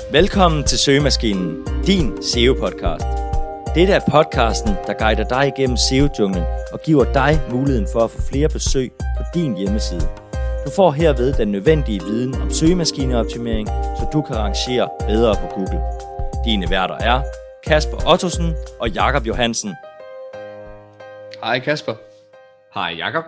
Velkommen til Søgemaskinen, din SEO-podcast. Dette er podcasten, der guider dig igennem SEO-junglen og giver dig muligheden for at få flere besøg på din hjemmeside. Du får herved den nødvendige viden om søgemaskineoptimering, så du kan rangere bedre på Google. Dine værter er Kasper Ottosen og Jakob Johansen. Hej Kasper. Hej Jakob.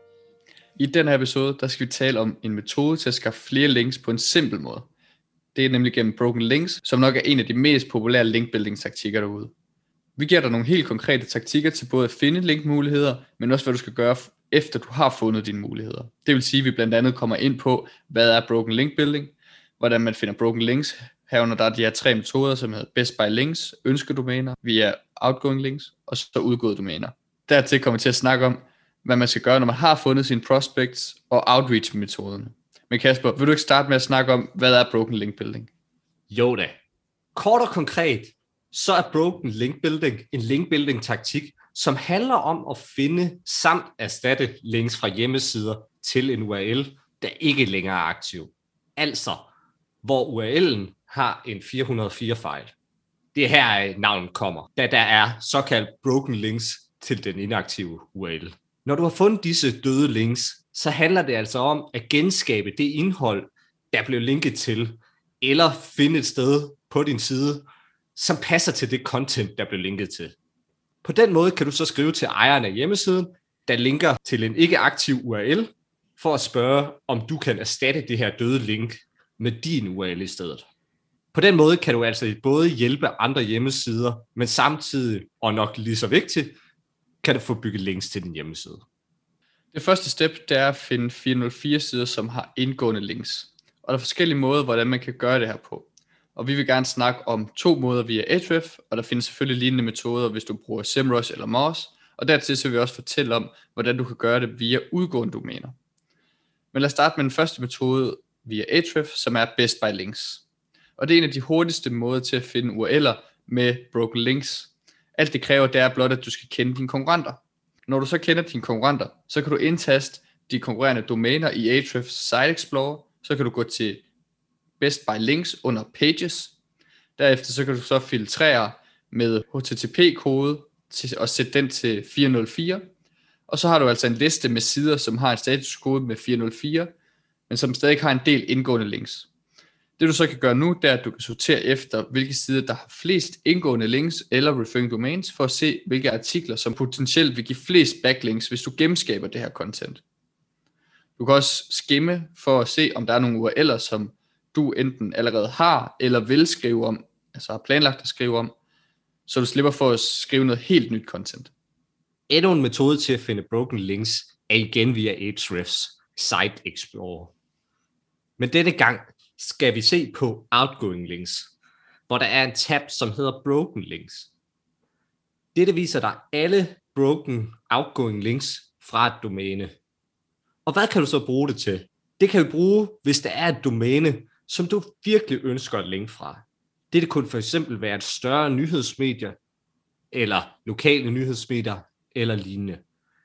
I denne episode, der skal vi tale om en metode til at skaffe flere links på en simpel måde. Det er nemlig gennem broken links, som nok er en af de mest populære linkbuilding taktikker derude. Vi giver dig nogle helt konkrete taktikker til både at finde linkmuligheder, men også hvad du skal gøre efter du har fundet dine muligheder. Det vil sige, at vi blandt andet kommer ind på, hvad er broken link building, hvordan man finder broken links, herunder der er de her 3 metoder, som hedder best by links, ønskedomæner, via outgoing links, og så udgåede domæner. Dertil kommer vi til at snakke om, hvad man skal gøre, når man har fundet sine prospects og outreach-metoderne. Men Kasper, vil du ikke starte med at snakke om, hvad er broken link building? Jo da. Kort og konkret, så er broken link building en link building taktik, som handler om at finde samt erstatte links fra hjemmesider til en URL, der ikke længere er aktiv. Altså, hvor URL'en har en 404 fejl. Det er her navnet kommer, da der er såkaldt broken links til den inaktive URL. Når du har fundet disse døde links, så handler det altså om at genskabe det indhold, der blev linket til, eller finde et sted på din side, som passer til det content, der blev linket til. På den måde kan du så skrive til ejeren af hjemmesiden, der linker til en ikke aktiv URL, for at spørge, om du kan erstatte det her døde link med din URL i stedet. På den måde kan du altså både hjælpe andre hjemmesider, men samtidig, og nok lige så vigtigt, kan du få bygget links til din hjemmeside. Det første step, det er at finde 404 sider, som har indgående links. Og der er forskellige måder, hvordan man kan gøre det her på. Og vi vil gerne snakke om 2 måder via Ahrefs, og der findes selvfølgelig lignende metoder, hvis du bruger SEMrush eller Moz. Og dertil så vil vi også fortælle om, hvordan du kan gøre det via udgående domæner. Men lad os starte med den første metode via Ahrefs, som er best by links. Og det er en af de hurtigste måder til at finde URL'er med broken links. Alt det kræver, det er blot, at du skal kende dine konkurrenter. Når du så kender dine konkurrenter, så kan du indtaste de konkurrerende domæner i Ahrefs Site Explorer. Så kan du gå til Best by Links under Pages. Derefter så kan du så filtrere med HTTP-kode og sætte den til 404. Og så har du altså en liste med sider, som har en statuskode med 404, men som stadig har en del indgående links. Det du så kan gøre nu, det er, at du kan sortere efter, hvilke sider, der har flest indgående links eller referring domains, for at se, hvilke artikler, som potentielt vil give flest backlinks, hvis du genskaber det her content. Du kan også skimme for at se, om der er nogle URL'er, som du enten allerede har, eller vil skrive om, altså har planlagt at skrive om, så du slipper for at skrive noget helt nyt content. Endnu en metode til at finde broken links er igen via Ahrefs Site Explorer. Men denne gang skal vi se på outgoing links, hvor der er en tab, som hedder broken links. Dette viser dig alle broken outgoing links fra et domæne. Og hvad kan du så bruge det til? Det kan du bruge, hvis der er et domæne, som du virkelig ønsker et link fra. Dette kunne for eksempel være et større nyhedsmedie, eller lokale nyhedsmedier, eller lignende.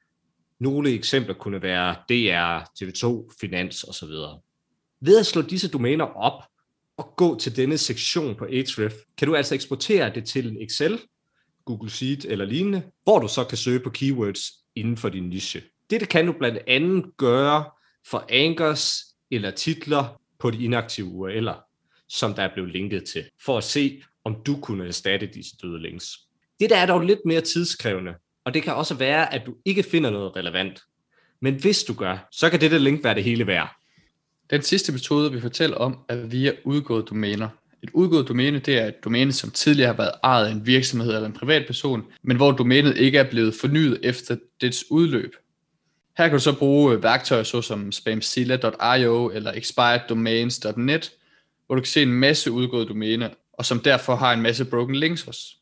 Nogle eksempler kunne være DR, TV2, Finans osv. Ved at slå disse domæner op og gå til denne sektion på Ahrefs, kan du altså eksportere det til en Excel, Google Sheet eller lignende, hvor du så kan søge på keywords inden for din niche. Dette kan du blandt andet gøre for anchors eller titler på de inaktive URL'er, som der er blevet linket til, for at se, om du kunne erstatte disse døde links. Dette er dog lidt mere tidskrævende, og det kan også være, at du ikke finder noget relevant. Men hvis du gør, så kan dette link være det hele værd. Den sidste metode, vi fortæller om, er via udgåede domæner. Et udgået domæne, det er et domæne, som tidligere har været ejet af en virksomhed eller en privatperson, men hvor domænet ikke er blevet fornyet efter dets udløb. Her kan du så bruge værktøjer såsom spamzilla.io eller expireddomains.net, hvor du kan se en masse udgåede domæner, og som derfor har en masse broken links hos.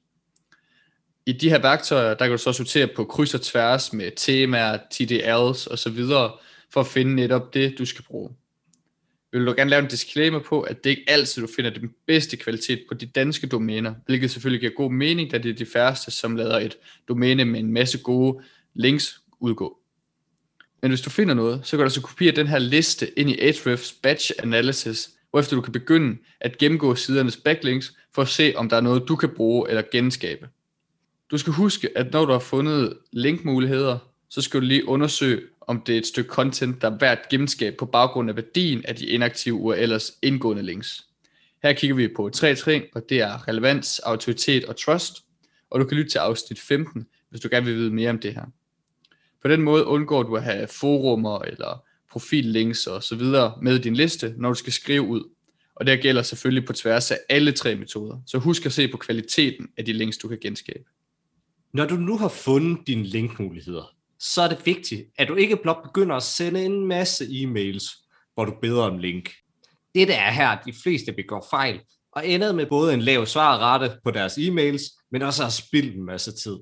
I de her værktøjer, der kan du så sortere på kryds og tværs med temaer, TDLs osv. for at finde netop det, du skal bruge. Vil du gerne lave en disclaimer på, at det ikke altid du finder den bedste kvalitet på de danske domæner, hvilket selvfølgelig giver god mening, da det er de færreste, som lader et domæne med en masse gode links udgå. Men hvis du finder noget, så kan du altså kopiere den her liste ind i Ahrefs Batch Analysis, hvorefter du kan begynde at gennemgå sidernes backlinks for at se, om der er noget, du kan bruge eller genskabe. Du skal huske, at når du har fundet linkmuligheder, så skal du lige undersøge, om det er et stykke content, der er værd at genskabe på baggrund af værdien af de inaktive URL'ers indgående links. Her kigger vi på 3 ting, og det er relevans, autoritet og trust, og du kan lytte til afsnit 15, hvis du gerne vil vide mere om det her. På den måde undgår du at have forumer eller profillinks og så videre med din liste, når du skal skrive ud. Og det gælder selvfølgelig på tværs af alle 3 metoder. Så husk at se på kvaliteten af de links, du kan genskabe. Når du nu har fundet dine linkmuligheder, så er det vigtigt, at du ikke blot begynder at sende en masse e-mails, hvor du beder om link. Det er her, de fleste begår fejl, og ender med både en lav svarrate på deres e-mails, men også har spildt en masse tid.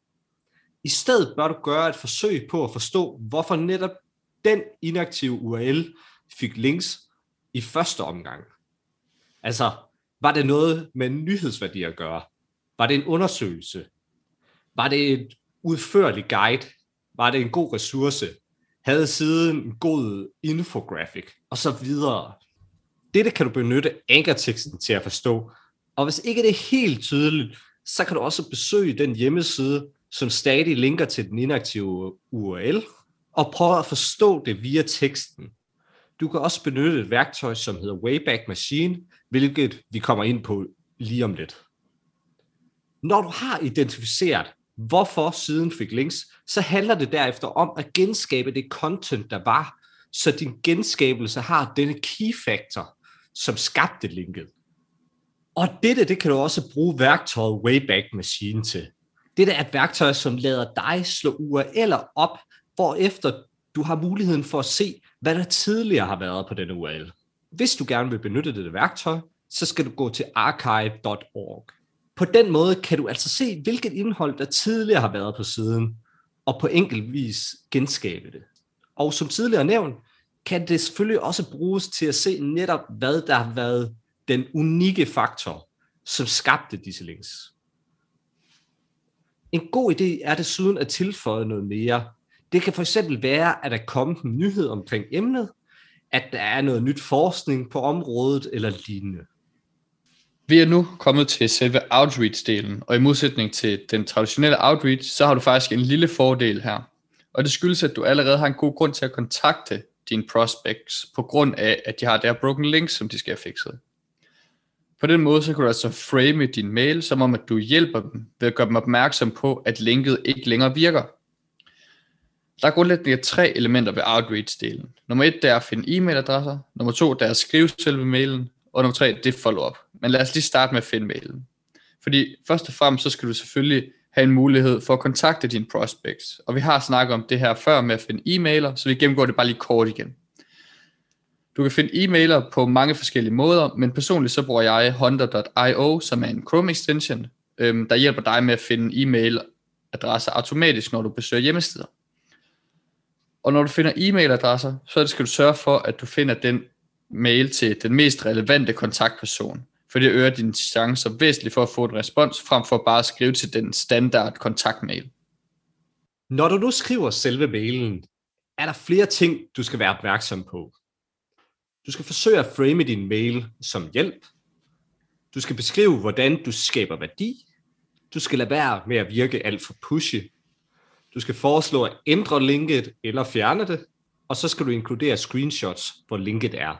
I stedet bør du gøre et forsøg på at forstå, hvorfor netop den inaktive URL fik links i første omgang. Altså, var det noget med nyhedsværdi at gøre? Var det en undersøgelse? Var det et udførlig guide? Var det en god ressource? Havde siden en god infografik? Og så videre. Dette kan du benytte ankerteksten til at forstå. Og hvis ikke det er helt tydeligt, så kan du også besøge den hjemmeside, som stadig linker til den inaktive URL, og prøve at forstå det via teksten. Du kan også benytte et værktøj, som hedder Wayback Machine, hvilket vi kommer ind på lige om lidt. Når du har identificeret, hvorfor siden fik links, så handler det derefter om at genskabe det content, der var, så din genskabelse har denne key factor, som skabte linket. Og det kan du også bruge værktøjet Wayback Machine til. Dette er et værktøj, som lader dig slå URL'er op, hvorefter du har muligheden for at se, hvad der tidligere har været på denne URL. Hvis du gerne vil benytte dette værktøj, så skal du gå til archive.org. På den måde kan du altså se, hvilket indhold der tidligere har været på siden, og på enkelt vis genskabe det. Og som tidligere nævnt, kan det selvfølgelig også bruges til at se netop, hvad der har været den unikke faktor, som skabte disse links. En god idé er desuden at tilføje noget mere. Det kan for eksempel være, at der kommer en nyhed omkring emnet, at der er noget nyt forskning på området eller lignende. Vi er nu kommet til selve outreach-delen, og i modsætning til den traditionelle outreach, så har du faktisk en lille fordel her. Og det skyldes, at du allerede har en god grund til at kontakte dine prospects, på grund af, at de har der broken links, som de skal have fikset. På den måde, så kan du altså frame din mail, som om at du hjælper dem ved at gøre dem opmærksom på, at linket ikke længere virker. Der er grundlæggende 3 elementer ved outreach-delen. Nummer 1, det er at finde e-mailadresser. Nummer 2, det er at skrive selve mailen. Og nummer 3, det er follow-up. Men lad os lige starte med at finde mailen. Fordi først og fremmest, så skal du selvfølgelig have en mulighed for at kontakte dine prospects. Og vi har snakket om det her før med at finde e-mailer, så vi gennemgår det bare lige kort igen. Du kan finde e-mailer på mange forskellige måder, men personligt så bruger jeg Hunter.io, som er en Chrome extension, der hjælper dig med at finde e-mailadresser automatisk, når du besøger hjemmesider. Og når du finder e-mailadresser, så skal du sørge for, at du finder den mail til den mest relevante kontaktperson, for det øger dine chancer væsentligt for at få en respons, frem for bare at skrive til den standard kontaktmail. Når du nu skriver selve mailen, er der flere ting, du skal være opmærksom på. Du skal forsøge at frame din mail som hjælp. Du skal beskrive, hvordan du skaber værdi. Du skal lade være med at virke alt for pushy. Du skal foreslå at ændre linket eller fjerne det, og så skal du inkludere screenshots, hvor linket er.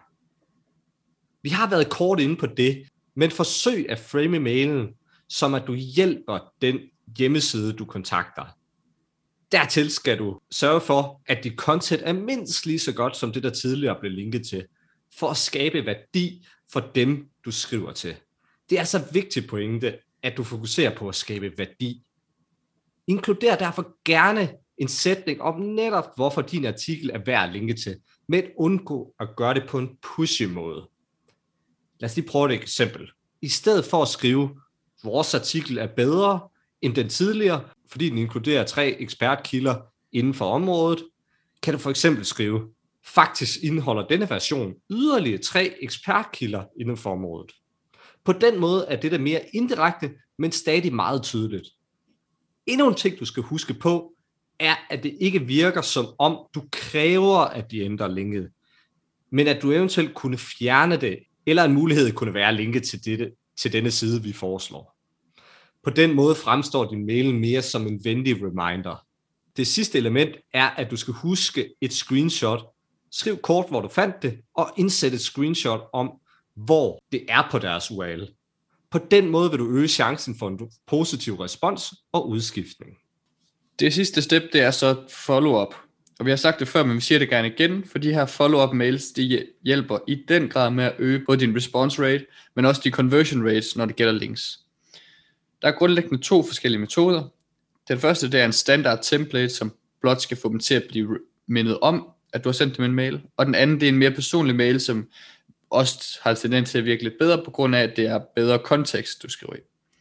Vi har været kort inde på det, men forsøg at frame mailen, som at du hjælper den hjemmeside, du kontakter. Dertil skal du sørge for, at dit content er mindst lige så godt, som det, der tidligere blev linket til, for at skabe værdi for dem, du skriver til. Det er altså vigtigt pointe, at du fokuserer på at skabe værdi. Inkluder derfor gerne en sætning om netop, hvorfor din artikel er værd at linke til, men undgå at gøre det på en pushy måde. Lad os lige prøve et eksempel. I stedet for at skrive, vores artikel er bedre end den tidligere, fordi den inkluderer 3 ekspertkilder inden for området, kan du for eksempel skrive, faktisk indeholder denne version yderligere 3 ekspertkilder inden for området. På den måde er det mere indirekte, men stadig meget tydeligt. Endnu en ting, du skal huske på, er, at det ikke virker som om, du kræver, at de ændrer linket, men at du eventuelt kunne fjerne det eller en mulighed kunne være at linke til denne side, vi foreslår. På den måde fremstår din mail mere som en venlig reminder. Det sidste element er, at du skal huske et screenshot. Skriv kort, hvor du fandt det, og indsæt et screenshot om, hvor det er på deres URL. På den måde vil du øge chancen for en positiv respons og udskiftning. Det sidste step, det er så follow-up. Og vi har sagt det før, men vi siger det gerne igen, for de her follow-up mails, de hjælper i den grad med at øge både din response rate, men også de conversion rates, når det gælder links. Der er grundlæggende 2 forskellige metoder. Den første, det er en standard template, som blot skal få dem til at blive mindet om, at du har sendt dem en mail. Og den anden, det er en mere personlig mail, som også har tendens til at virke lidt bedre, på grund af, at det er bedre kontekst, du skriver i.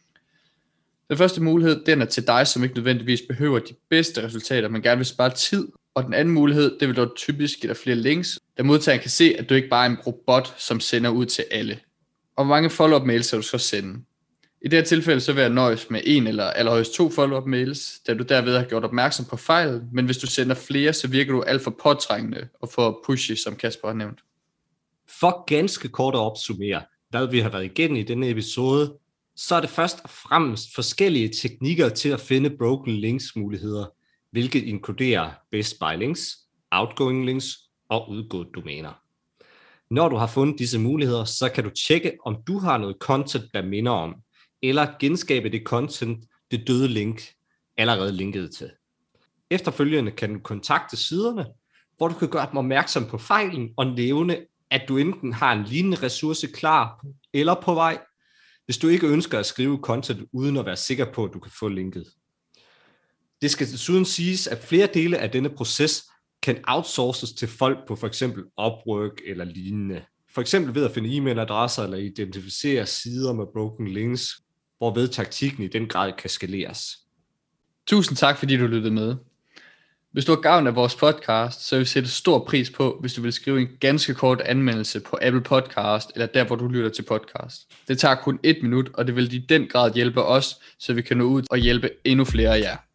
Den første mulighed, den er til dig, som ikke nødvendigvis behøver de bedste resultater, men gerne vil spare tid. Og den anden mulighed, det vil dog typisk give dig flere links, da modtageren kan se, at du ikke bare er en robot, som sender ud til alle. Og hvor mange follow-up mails skal du så sende? I det her tilfælde, så vil jeg nøjes med 1 eller allerhøjst 2 follow-up mails, da du derved har gjort opmærksom på fejlen, men hvis du sender flere, så virker du alt for påtrængende og for pushy, som Kasper har nævnt. For ganske kort at opsummere, hvad vi har været igennem i denne episode, så er det først og fremmest forskellige teknikker til at finde broken links muligheder, hvilket inkluderer best by links, outgoing links og udgået domæner. Når du har fundet disse muligheder, så kan du tjekke, om du har noget content, der minder om, eller genskabe det content, det døde link allerede linket til. Efterfølgende kan du kontakte siderne, hvor du kan gøre dem opmærksom på fejlen og nævne, at du enten har en lignende ressource klar eller på vej, hvis du ikke ønsker at skrive content uden at være sikker på, at du kan få linket. Det skal desuden siges, at flere dele af denne proces kan outsources til folk på f.eks. Upwork eller lignende. For eksempel ved at finde e-mailadresser eller identificere sider med broken links, hvorved taktikken i den grad kan skaleres. Tusind tak, fordi du lyttede med. Hvis du har gavn af vores podcast, så vil vi sætte stor pris på, hvis du vil skrive en ganske kort anmeldelse på Apple Podcast, eller der, hvor du lytter til podcast. Det tager kun 1 minut, og det vil i den grad hjælpe os, så vi kan nå ud og hjælpe endnu flere af jer.